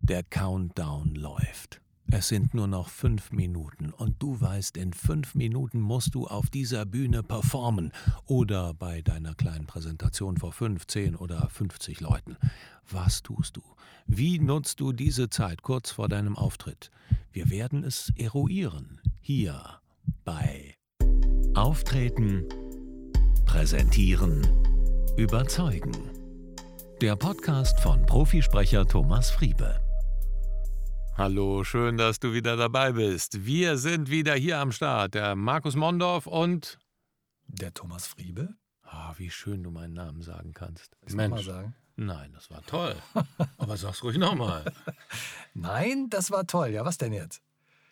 Der Countdown läuft. Es sind nur noch 5 Minuten und du weißt, in 5 Minuten musst du auf dieser Bühne performen oder bei deiner kleinen Präsentation vor 5, 10 oder 50 Leuten. Was tust du? Wie nutzt du diese Zeit kurz vor deinem Auftritt? Wir werden es eruieren. Hier bei Auftreten, Präsentieren, Überzeugen. Der Podcast von Profisprecher Thomas Friebe. Hallo, schön, dass du wieder dabei bist. Wir sind wieder hier am Start. Der Markus Mondorf und der Thomas Friebe. Wie schön du meinen Namen sagen kannst. Willst du mal sagen? Nein, das war toll. Aber sag's ruhig nochmal. Nein, das war toll. Ja, was denn jetzt?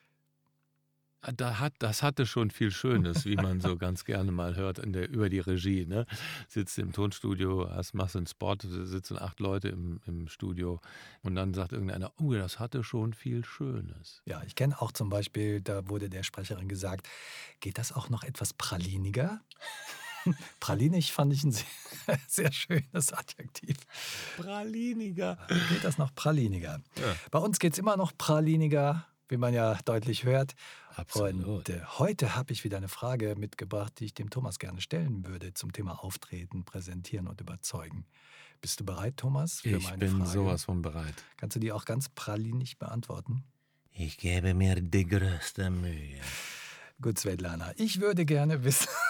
Das hatte schon viel Schönes, wie man so ganz gerne mal hört über die Regie. Ne? Sitzt im Tonstudio, machst einen Spot, sitzen 8 Leute im Studio und dann sagt irgendeiner, das hatte schon viel Schönes. Ja, ich kenne auch zum Beispiel, da wurde der Sprecherin gesagt, geht das auch noch etwas praliniger? Pralinig fand ich ein sehr, sehr schönes Adjektiv. Praliniger. Geht das noch praliniger? Ja. Bei uns geht es immer noch praliniger, wie man ja deutlich hört. Absolut. Und heute habe ich wieder eine Frage mitgebracht, die ich dem Thomas gerne stellen würde zum Thema Auftreten, Präsentieren und Überzeugen. Bist du bereit, Thomas, für meine Frage? Ich bin sowas von bereit. Kannst du die auch ganz pralinig beantworten? Ich gebe mir die größte Mühe. Gut, Svetlana, ich würde gerne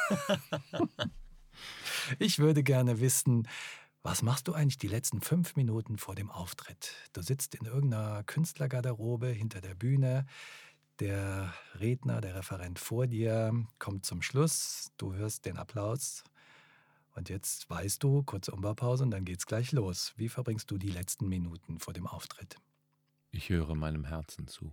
wissen, was machst du eigentlich die letzten 5 Minuten vor dem Auftritt? Du sitzt in irgendeiner Künstlergarderobe hinter der Bühne. Der Redner, der Referent vor dir kommt zum Schluss. Du hörst den Applaus. Und jetzt weißt du, kurze Umbaupause und dann geht's gleich los. Wie verbringst du die letzten Minuten vor dem Auftritt? Ich höre meinem Herzen zu.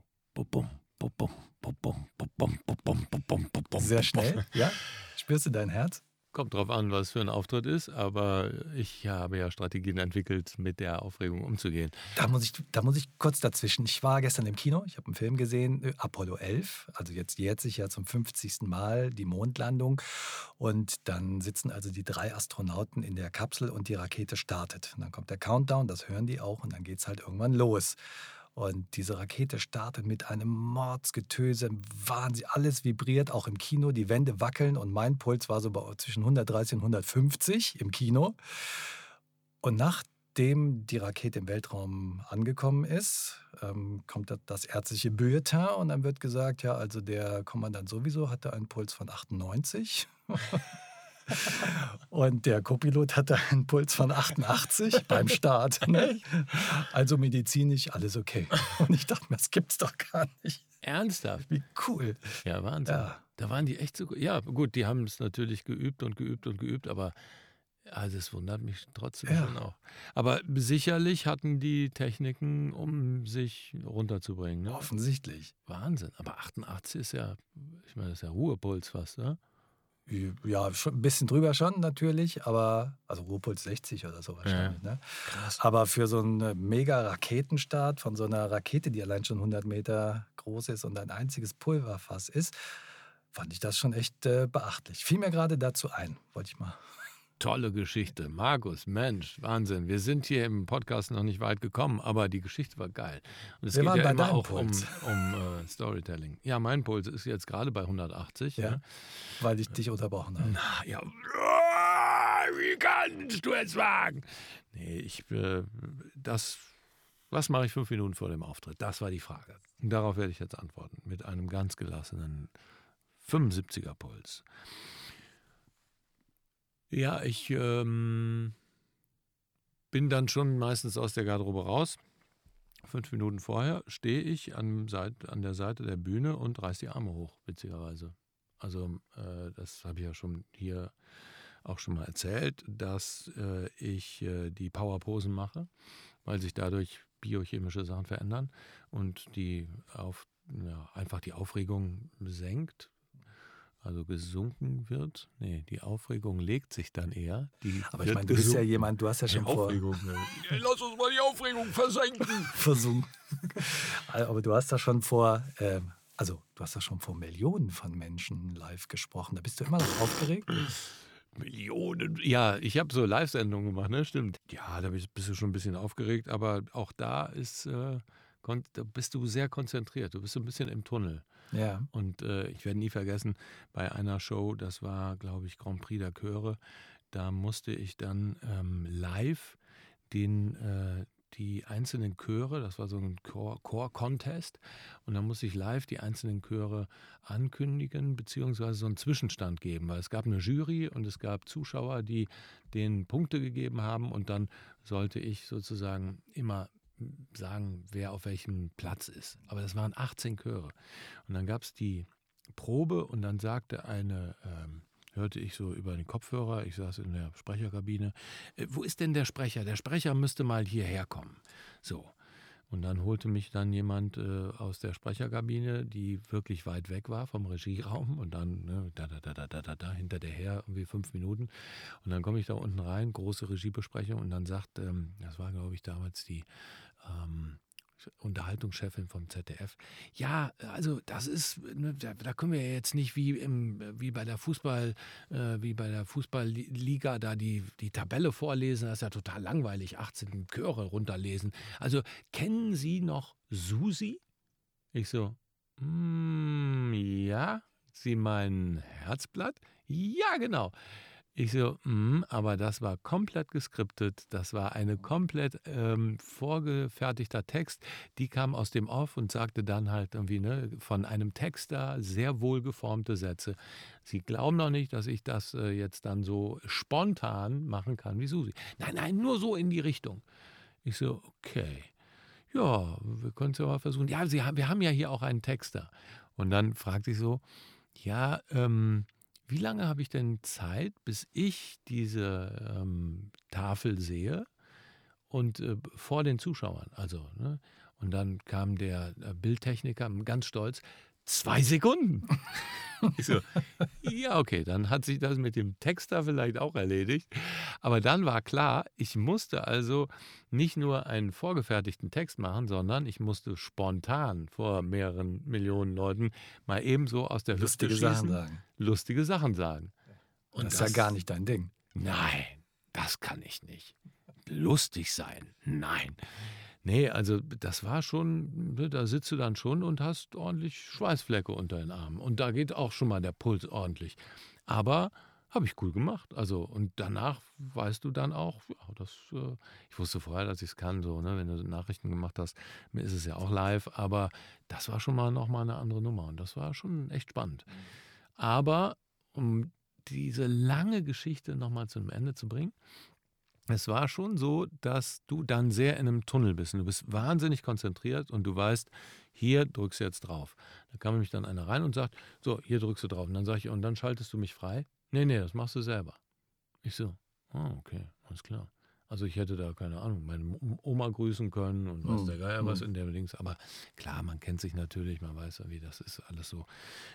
Sehr schnell, ja? Spürst du dein Herz? Kommt drauf an, was für ein Auftritt ist, aber ich habe ja Strategien entwickelt, mit der Aufregung umzugehen. Da muss ich kurz dazwischen. Ich war gestern im Kino, ich habe einen Film gesehen, Apollo 11, also jetzt jährt sich ja zum 50. Mal die Mondlandung und dann sitzen also die 3 Astronauten in der Kapsel und die Rakete startet. Und dann kommt der Countdown, das hören die auch und dann geht es halt irgendwann los. Und diese Rakete startet mit einem Mordsgetöse, Wahnsinn, alles vibriert, auch im Kino, die Wände wackeln und mein Puls war so zwischen 130 und 150 im Kino. Und nachdem die Rakete im Weltraum angekommen ist, kommt das ärztliche Bulletin und dann wird gesagt, ja, also der Kommandant sowieso hatte einen Puls von 98. Und der Co-Pilot hatte einen Puls von 88 beim Start. Ne? Also medizinisch alles okay. Und ich dachte mir, das gibt's doch gar nicht. Ernsthaft? Wie cool. Ja, Wahnsinn. Ja. Da waren die echt so gut. Ja, gut, die haben es natürlich geübt, aber also es wundert mich trotzdem schon auch. Aber sicherlich hatten die Techniken, um sich runterzubringen. Ne? Offensichtlich. Wahnsinn. Aber 88 ist ja, ich meine, das ist ja Ruhepuls fast, ne? Ja, schon ein bisschen drüber schon natürlich, aber also Ruhepuls 60 oder so wahrscheinlich. Ja. Ne? Krass. Aber für so einen Mega-Raketenstart von so einer Rakete, die allein schon 100 Meter groß ist und ein einziges Pulverfass ist, fand ich das schon echt beachtlich. Fiel mir gerade dazu ein, wollte ich mal. Tolle Geschichte. Markus, Mensch, Wahnsinn. Wir sind hier im Podcast noch nicht weit gekommen, aber die Geschichte war geil. Und es geht ja immer auch um Storytelling. Ja, mein Puls ist jetzt gerade bei 180. Ja, weil ich dich unterbrochen habe. Na ja, wie kannst du es wagen? Nee, was mache ich 5 Minuten vor dem Auftritt? Das war die Frage. Und darauf werde ich jetzt antworten mit einem ganz gelassenen 75er Puls. Ja, ich bin dann schon meistens aus der Garderobe raus. 5 Minuten vorher stehe ich an der Seite der Bühne und reiße die Arme hoch, witzigerweise. Also das habe ich ja schon hier auch schon mal erzählt, dass ich die Powerposen mache, weil sich dadurch biochemische Sachen verändern und einfach die Aufregung senkt. Also gesunken wird. Nee, die Aufregung legt sich dann eher. Aber ich meine, du bist ja jemand, du hast ja schon vor... Lass uns mal die Aufregung versenken. Versunken. Aber du hast da schon vor Millionen von Menschen live gesprochen. Da bist du immer noch aufgeregt? Millionen. Ja, ich habe so Live-Sendungen gemacht, ne? Stimmt. Ja, da bist du schon ein bisschen aufgeregt, aber auch da ist da bist du sehr konzentriert, du bist so ein bisschen im Tunnel. Ja. Und ich werde nie vergessen, bei einer Show, das war, glaube ich, Grand Prix der Chöre, da musste ich dann live die einzelnen Chöre, das war so ein Chor-Contest, und dann musste ich live die einzelnen Chöre ankündigen, beziehungsweise so einen Zwischenstand geben, weil es gab eine Jury und es gab Zuschauer, die denen Punkte gegeben haben, und dann sollte ich sozusagen immer sagen, wer auf welchem Platz ist. Aber das waren 18 Chöre. Und dann gab es die Probe, und dann sagte hörte ich so über den Kopfhörer, ich saß in der Sprecherkabine, wo ist denn der Sprecher? Der Sprecher müsste mal hierher kommen. So. Und dann holte mich dann jemand aus der Sprecherkabine, die wirklich weit weg war vom Regieraum, und dann hinter der her irgendwie 5 Minuten. Und dann komme ich da unten rein, große Regiebesprechung, und dann sagt, das war, glaube ich, damals die Unterhaltungschefin vom ZDF. Ja, also das ist, ne, da können wir ja jetzt nicht wie bei der Fußballliga da die Tabelle vorlesen. Das ist ja total langweilig, 18 Chöre runterlesen. Also kennen Sie noch Susi? Ich so, ja, Sie meinen Herzblatt? Ja, genau. Ich so, aber das war komplett geskriptet, das war eine komplett vorgefertigter Text. Die kam aus dem Off und sagte dann halt irgendwie, ne, von einem Texter sehr wohlgeformte Sätze. Sie glauben doch nicht, dass ich das jetzt dann so spontan machen kann wie Susi. Nein, nur so in die Richtung. Ich so, okay, ja, wir können es ja mal versuchen. Ja, wir haben ja hier auch einen Texter. Und dann fragte ich so, ja, wie lange habe ich denn Zeit, bis ich diese Tafel sehe und vor den Zuschauern? Also, ne? Und dann kam der Bildtechniker ganz stolz, 2 Sekunden. Ich so, ja, okay, dann hat sich das mit dem Texter vielleicht auch erledigt. Aber dann war klar, ich musste also nicht nur einen vorgefertigten Text machen, sondern ich musste spontan vor mehreren Millionen Leuten mal ebenso aus der Hüfte schießen, lustige Sachen sagen. Und das ist ja gar nicht dein Ding. Nein, das kann ich nicht. Lustig sein, nein. Nee, also das war schon, da sitzt du dann schon und hast ordentlich Schweißflecke unter den Armen. Und da geht auch schon mal der Puls ordentlich. Aber habe ich cool gemacht. Also, und danach weißt du dann auch, ja, ich wusste vorher, dass ich es kann, so, ne, wenn du Nachrichten gemacht hast, mir ist es ja auch live, aber das war schon mal nochmal eine andere Nummer, und das war schon echt spannend. Aber um diese lange Geschichte nochmal zu einem Ende zu bringen, es war schon so, dass du dann sehr in einem Tunnel bist. Und du bist wahnsinnig konzentriert und du weißt, hier drückst du jetzt drauf. Da kam nämlich dann einer rein und sagt, so, hier drückst du drauf. Und dann sage ich, und dann schaltest du mich frei? Nee, das machst du selber. Ich so, okay, alles klar. Also ich hätte da, keine Ahnung, meine Oma grüßen können und was der Geier was in der Dings. Aber klar, man kennt sich natürlich, man weiß ja, wie das ist alles so.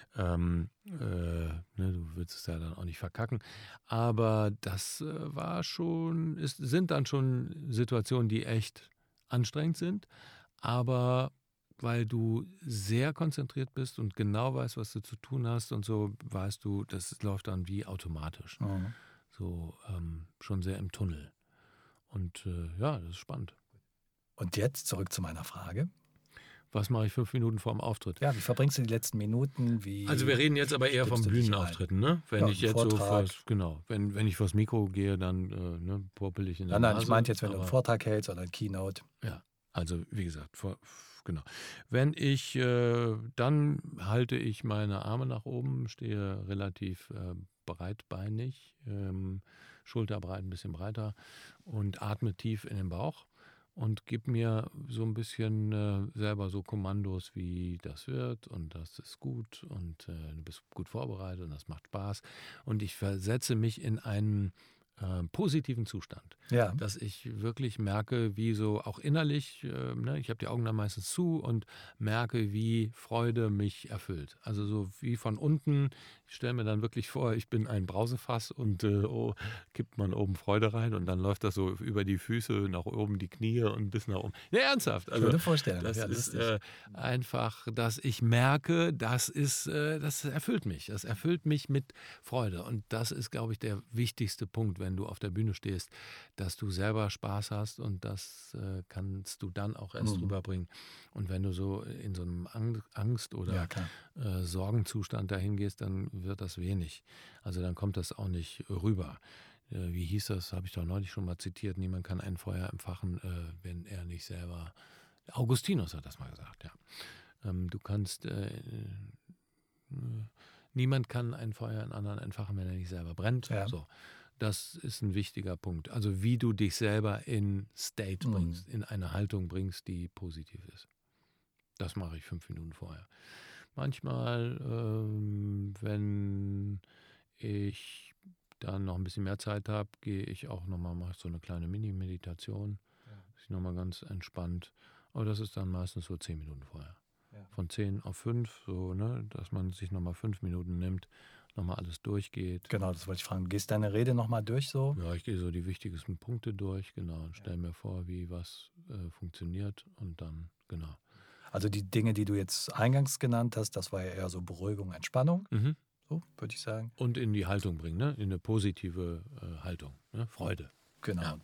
Ne, du willst es ja dann auch nicht verkacken. Aber das sind dann schon Situationen, die echt anstrengend sind. Aber weil du sehr konzentriert bist und genau weißt, was du zu tun hast und so, weißt du, das läuft dann wie automatisch. So schon sehr im Tunnel. Und ja, das ist spannend. Und jetzt zurück zu meiner Frage. Was mache ich 5 Minuten vor dem Auftritt? Ja, wie verbringst du die letzten Minuten? Also wir reden jetzt aber eher von Bühnenauftritten, ne? Wenn ich jetzt Vortrag. wenn ich vors Mikro gehe, dann popel ich in der Nase. Nein, ich meinte jetzt, wenn du einen Vortrag hältst oder ein Keynote. Ja, also wie gesagt, genau. Wenn ich, dann halte ich meine Arme nach oben, stehe relativ breitbeinig, schulterbreit, ein bisschen breiter, und atme tief in den Bauch und gebe mir so ein bisschen selber so Kommandos wie das wird und das ist gut und du bist gut vorbereitet und das macht Spaß. Und ich versetze mich in einen positiven Zustand, Ja. dass ich wirklich merke, wie so auch innerlich, ne, ich habe die Augen dann meistens zu und merke, wie Freude mich erfüllt. Also so wie von unten, ich stelle mir dann wirklich vor, ich bin ein Brausefass und kippt man oben Freude rein und dann läuft das so über die Füße nach oben, die Knie und bis nach oben. Ja, ernsthaft. Also, schöne Vorstellung. Das ja, ist einfach, dass ich merke, das erfüllt mich. Das erfüllt mich mit Freude. Und das ist, glaube ich, der wichtigste Punkt, wenn wenn du auf der Bühne stehst, dass du selber Spaß hast und das kannst du dann auch erst rüberbringen. Und wenn du so in so einem Angst- oder Sorgenzustand dahin gehst, dann wird das wenig. Also dann kommt das auch nicht rüber. Wie hieß das, habe ich doch neulich schon mal zitiert, niemand kann ein Feuer entfachen, wenn er nicht selber... Augustinus hat das mal gesagt, ja. Du kannst... niemand kann ein Feuer in anderen entfachen, wenn er nicht selber brennt. Ja. So, das ist ein wichtiger Punkt. Also wie du dich selber in State bringst, in eine Haltung bringst, die positiv ist. Das mache ich 5 Minuten vorher. Manchmal, wenn ich dann noch ein bisschen mehr Zeit habe, gehe ich auch nochmal, mache so eine kleine Mini-Meditation. Ist nochmal ganz entspannt. Aber das ist dann meistens so 10 Minuten vorher. Ja. Von 10 auf 5, so, ne, dass man sich nochmal 5 Minuten nimmt, nochmal alles durchgeht. Genau, das wollte ich fragen. Gehst deine Rede nochmal durch so? Ja, ich gehe so die wichtigsten Punkte durch, genau, und stelle mir vor, wie was funktioniert und dann, genau. Also die Dinge, die du jetzt eingangs genannt hast, das war ja eher so Beruhigung, Entspannung, so würde ich sagen. Und in die Haltung bringen, ne? In eine positive Haltung, ne? Freude. Genau. Ja.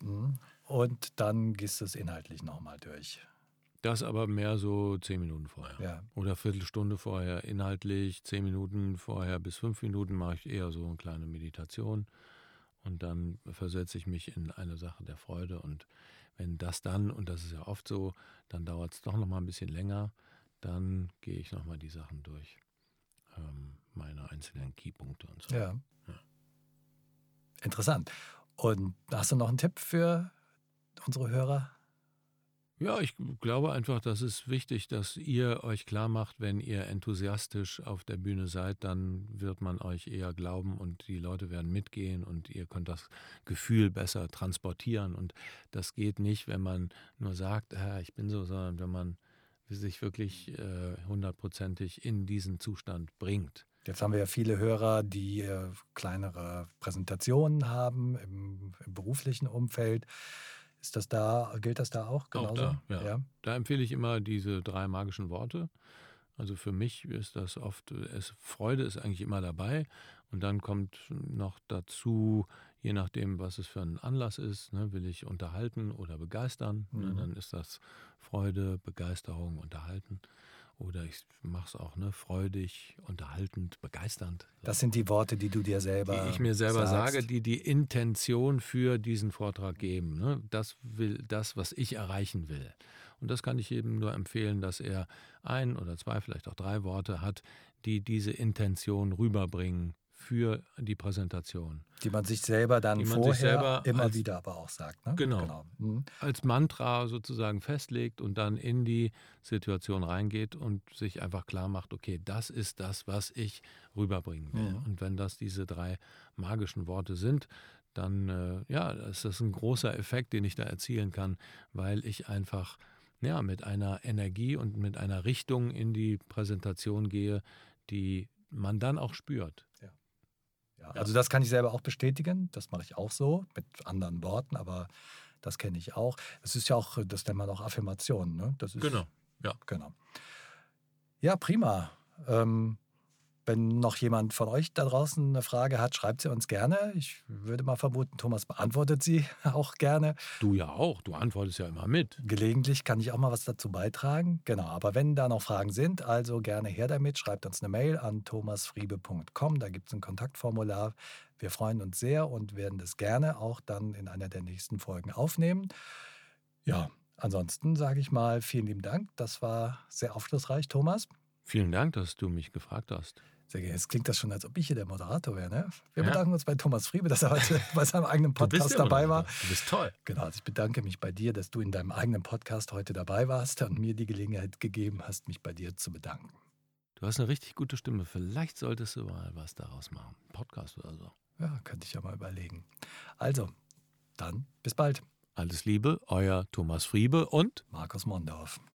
Und dann gehst du es inhaltlich nochmal durch. Das aber mehr so 10 Minuten vorher. Ja. Oder Viertelstunde vorher inhaltlich, 10 Minuten vorher bis 5 Minuten mache ich eher so eine kleine Meditation. Und dann versetze ich mich in eine Sache der Freude. Und wenn das dann, und das ist ja oft so, dann dauert es doch noch mal ein bisschen länger, dann gehe ich noch mal die Sachen durch. Meine einzelnen Keypunkte und so. Ja. Interessant. Und hast du noch einen Tipp für unsere Hörer? Ja, ich glaube einfach, das ist wichtig, dass ihr euch klar macht, wenn ihr enthusiastisch auf der Bühne seid, dann wird man euch eher glauben und die Leute werden mitgehen und ihr könnt das Gefühl besser transportieren. Und das geht nicht, wenn man nur sagt, ich bin so, sondern wenn man sich wirklich 100%ig in diesen Zustand bringt. Jetzt haben wir ja viele Hörer, die kleinere Präsentationen haben im beruflichen Umfeld. Gilt das da auch genauso? Auch da, ja. Da empfehle ich immer diese 3 magischen Worte. Also für mich ist das oft, Freude ist eigentlich immer dabei und dann kommt noch dazu, je nachdem, was es für ein Anlass ist, ne, will ich unterhalten oder begeistern, ne, dann ist das Freude, Begeisterung, unterhalten. Oder ich mache es auch, ne, freudig, unterhaltend, begeisternd. Das sind die Worte, die du dir selber Die ich mir selber sagst. sage, die Intention für diesen Vortrag geben. Ne? Das, was ich erreichen will. Und das kann ich jedem nur empfehlen, dass er 1 oder 2, vielleicht auch 3 Worte hat, die diese Intention rüberbringen für die Präsentation. Die man sich selber dann vorher immer wieder aber auch sagt. Ne? Genau. Als Mantra sozusagen festlegt und dann in die Situation reingeht und sich einfach klar macht, okay, das ist das, was ich rüberbringen will. Und wenn das diese 3 magischen Worte sind, dann ist das ein großer Effekt, den ich da erzielen kann, weil ich einfach mit einer Energie und mit einer Richtung in die Präsentation gehe, die man dann auch spürt. Ja, also das kann ich selber auch bestätigen. Das mache ich auch so, mit anderen Worten, aber das kenne ich auch. Das ist ja auch, das nennt man auch Affirmation. Ne? Das ist, genau. Ja, prima. Wenn noch jemand von euch da draußen eine Frage hat, schreibt sie uns gerne. Ich würde mal vermuten, Thomas beantwortet sie auch gerne. Du ja auch, du antwortest ja immer mit. Gelegentlich kann ich auch mal was dazu beitragen. Genau, aber wenn da noch Fragen sind, also gerne her damit. Schreibt uns eine Mail an thomasfriebe.com, da gibt es ein Kontaktformular. Wir freuen uns sehr und werden das gerne auch dann in einer der nächsten Folgen aufnehmen. Ja, ansonsten sage ich mal vielen lieben Dank. Das war sehr aufschlussreich, Thomas. Vielen Dank, dass du mich gefragt hast. Sehr gerne. Jetzt klingt das schon, als ob ich hier der Moderator wäre. Ne? Wir bedanken uns bei Thomas Friebe, dass er heute bei seinem eigenen Podcast dabei war. Du bist toll. Genau, also ich bedanke mich bei dir, dass du in deinem eigenen Podcast heute dabei warst und mir die Gelegenheit gegeben hast, mich bei dir zu bedanken. Du hast eine richtig gute Stimme. Vielleicht solltest du mal was daraus machen. Podcast oder so. Ja, könnte ich ja mal überlegen. Also, dann bis bald. Alles Liebe, euer Thomas Friebe und Markus Mondorf.